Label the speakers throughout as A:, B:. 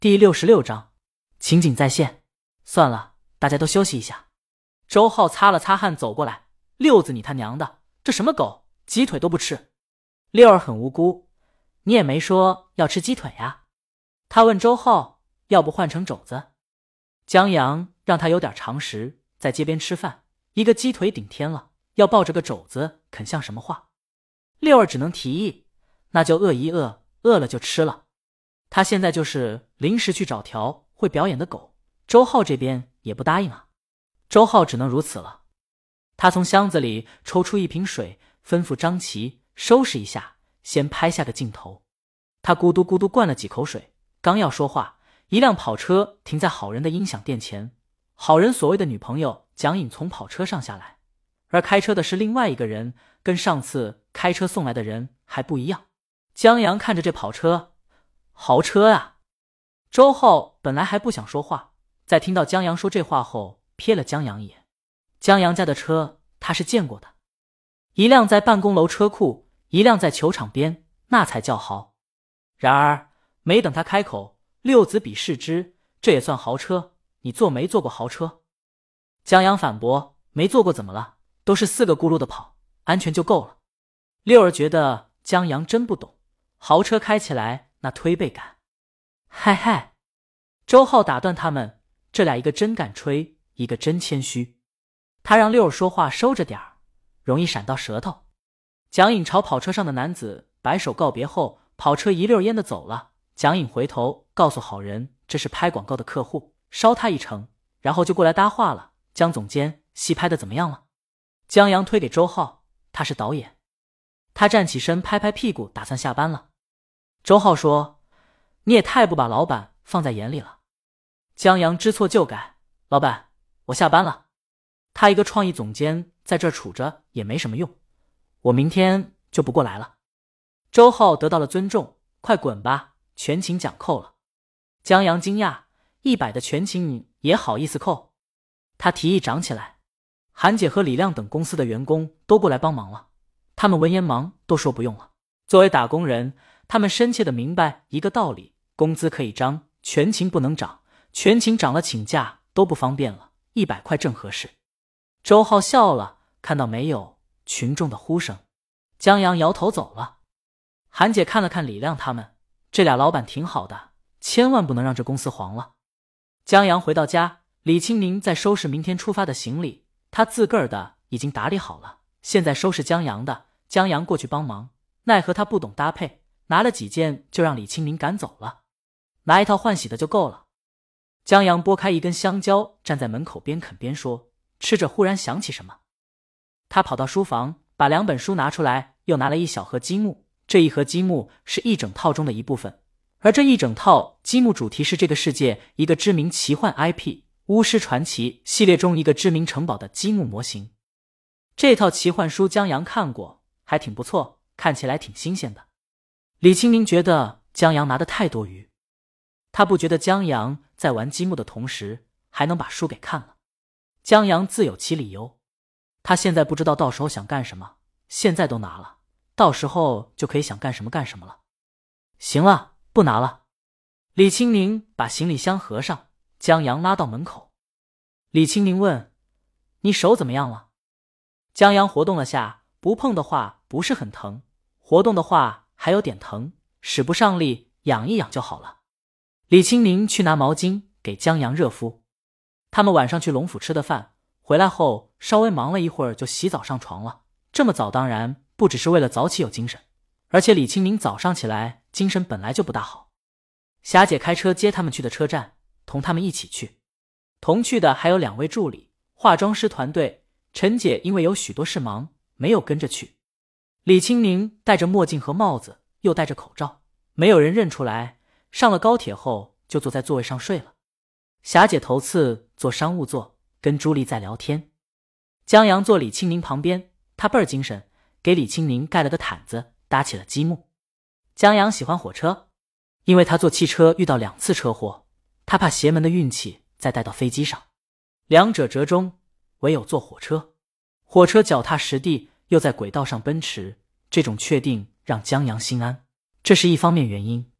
A: 第66章，情景再现。算了，大家都休息一下。周浩擦了擦汗走过来，六子你他娘的，这什么狗，鸡腿都不吃。六儿很无辜，你也没说要吃鸡腿呀。他问周浩，要不换成肘子？江阳让他有点常识，在街边吃饭，一个鸡腿顶天了，要抱着个肘子肯像什么话？六儿只能提议，那就饿一饿，饿了就吃了。他现在就是临时去找条会表演的狗，周浩这边也不答应啊。周浩只能如此了。他从箱子里抽出一瓶水，吩咐张琪收拾一下，先拍下个镜头。他咕嘟咕嘟灌了几口水，刚要说话，一辆跑车停在好人的音响店前。好人所谓的女朋友蒋颖从跑车上下来，而开车的是另外一个人，跟上次开车送来的人还不一样。江阳看着这跑车，豪车啊！周浩本来还不想说话，在听到江阳说这话后，瞥了江阳一眼。江阳家的车他是见过的，一辆在办公楼车库，一辆在球场边，那才叫豪。然而没等他开口，六子比视之，这也算豪车？你坐没坐过豪车？江阳反驳，没坐过怎么了？都是4个轱辘的跑，安全就够了。六儿觉得江阳真不懂，豪车开起来那推背感。嗨嗨，周浩打断他们，这俩一个真敢吹，一个真谦虚。他让六儿说话收着点儿，容易闪到舌头。蒋颖朝跑车上的男子摆手告别后，跑车一溜烟的走了。蒋颖回头告诉好人，这是拍广告的客户，捎他一程，然后就过来搭话了。江总监，戏拍的怎么样了？江阳推给周浩，他是导演。他站起身拍拍屁股，打算下班了。周浩说，你也太不把老板放在眼里了。江阳知错就改，老板，我下班了。他一个创意总监在这儿杵着也没什么用，我明天就不过来了。周浩得到了尊重，快滚吧，全勤奖扣了。江阳惊讶，100的全勤你也好意思扣？他提议涨起来。韩姐和李亮等公司的员工都过来帮忙了，他们闻言忙都说不用了。作为打工人，他们深切的明白一个道理，工资可以涨，全勤不能涨，全勤涨了请假都不方便了，100块正合适。周浩笑了，看到没有群众的呼声。江阳摇头走了。韩姐看了看李亮他们，这俩老板挺好的，千万不能让这公司黄了。江阳回到家，李清明在收拾明天出发的行李，他自个儿的已经打理好了，现在收拾江阳的。江阳过去帮忙，奈何他不懂搭配，拿了几件就让李清明赶走了，拿一套换洗的就够了。江阳剥开一根香蕉，站在门口边啃边说，吃着忽然想起什么。他跑到书房，把2本书拿出来，又拿了一小盒积木。这一盒积木是一整套中的一部分，而这一整套积木主题是这个世界一个知名奇幻 IP 巫师传奇系列中一个知名城堡的积木模型。这套奇幻书江阳看过，还挺不错，看起来挺新鲜的。李清明觉得江阳拿得太多余，他不觉得江阳在玩积木的同时还能把书给看了。江阳自有其理由，他现在不知道到时候想干什么，现在都拿了，到时候就可以想干什么干什么了。行了，不拿了。李清明把行李箱合上，江阳拉到门口。李清明问，你手怎么样了？江阳活动了下，不碰的话不是很疼，活动的话还有点疼，使不上力，养一养就好了。李清明去拿毛巾给江阳热敷。他们晚上去龙府吃的饭，回来后稍微忙了一会儿就洗澡上床了。这么早当然不只是为了早起有精神，而且李清明早上起来精神本来就不大好。霞姐开车接他们去的车站，同他们一起去。同去的还有2位助理，化妆师团队。陈姐因为有许多事忙，没有跟着去。李清明戴着墨镜和帽子，又戴着口罩，没有人认出来。上了高铁后就坐在座位上睡了。霞姐头次坐商务座，跟朱莉在聊天。江阳坐李清明旁边，他倍儿精神，给李清明盖了个毯子，搭起了积木。江阳喜欢火车，因为他坐汽车遇到2次车祸，他怕邪门的运气再带到飞机上，2者折中，唯有坐火车。火车脚踏实地，又在轨道上奔驰，这种确定让江阳心安，这是一方面原因。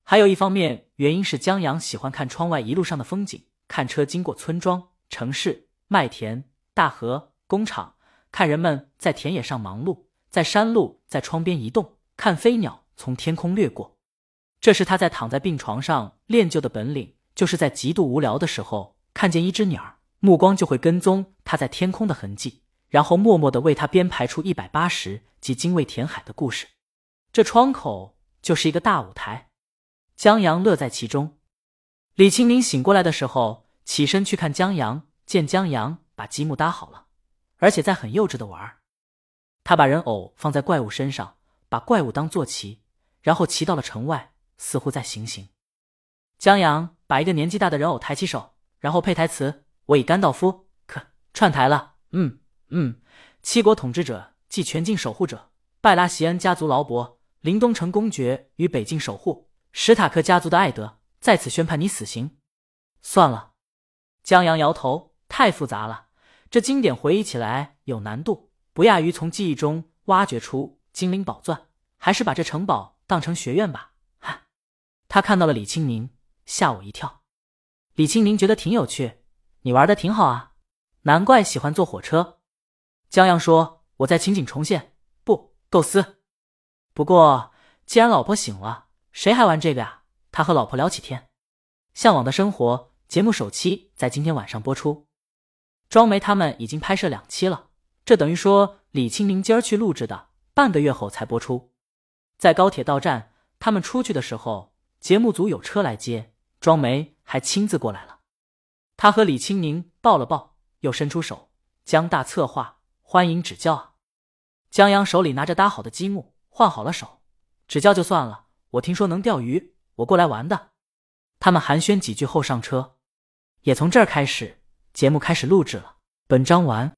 A: 还有一方面原因是江阳喜欢看窗外一路上的风景，看车经过村庄、城市、麦田、大河、工厂，看人们在田野上忙碌，在山路在窗边移动，看飞鸟从天空掠过。这是他在躺在病床上练就的本领，就是在极度无聊的时候，看见一只鸟，目光就会跟踪它在天空的痕迹，然后默默地为它编排出180集精卫填海的故事。这窗口就是一个大舞台，江阳乐在其中。李清明醒过来的时候，起身去看江阳，见江阳把积木搭好了，而且在很幼稚的玩。他把人偶放在怪物身上，把怪物当坐骑，然后骑到了城外，似乎在行刑。江阳把一个年纪大的人偶抬起手，然后配台词：我以甘道夫串台了。七国统治者即全境守护者，拜拉席恩家族劳勃，林东城公爵与北境守护，史塔克家族的艾德，在此宣判你死刑。算了。江阳摇头，太复杂了，这经典回忆起来有难度，不亚于从记忆中挖掘出精灵宝钻，还是把这城堡当成学院吧。他看到了李清明，吓我一跳。李清明觉得挺有趣，你玩的挺好啊，难怪喜欢坐火车。江阳说，我在情景重现，不，构思。不过既然老婆醒了，谁还玩这个呀？他和老婆聊起天。向往的生活节目首期在今天晚上播出，庄梅他们已经拍摄2期了，这等于说李清明今儿去录制的，半个月后才播出。在高铁到站，他们出去的时候，节目组有车来接，庄梅还亲自过来了。他和李清明抱了抱，又伸出手，江大策划，欢迎指教啊。江阳手里拿着搭好的积木，换好了手，指教就算了，我听说能钓鱼，我过来玩的。他们寒暄几句后上车，也从这儿开始，节目开始录制了。本章完。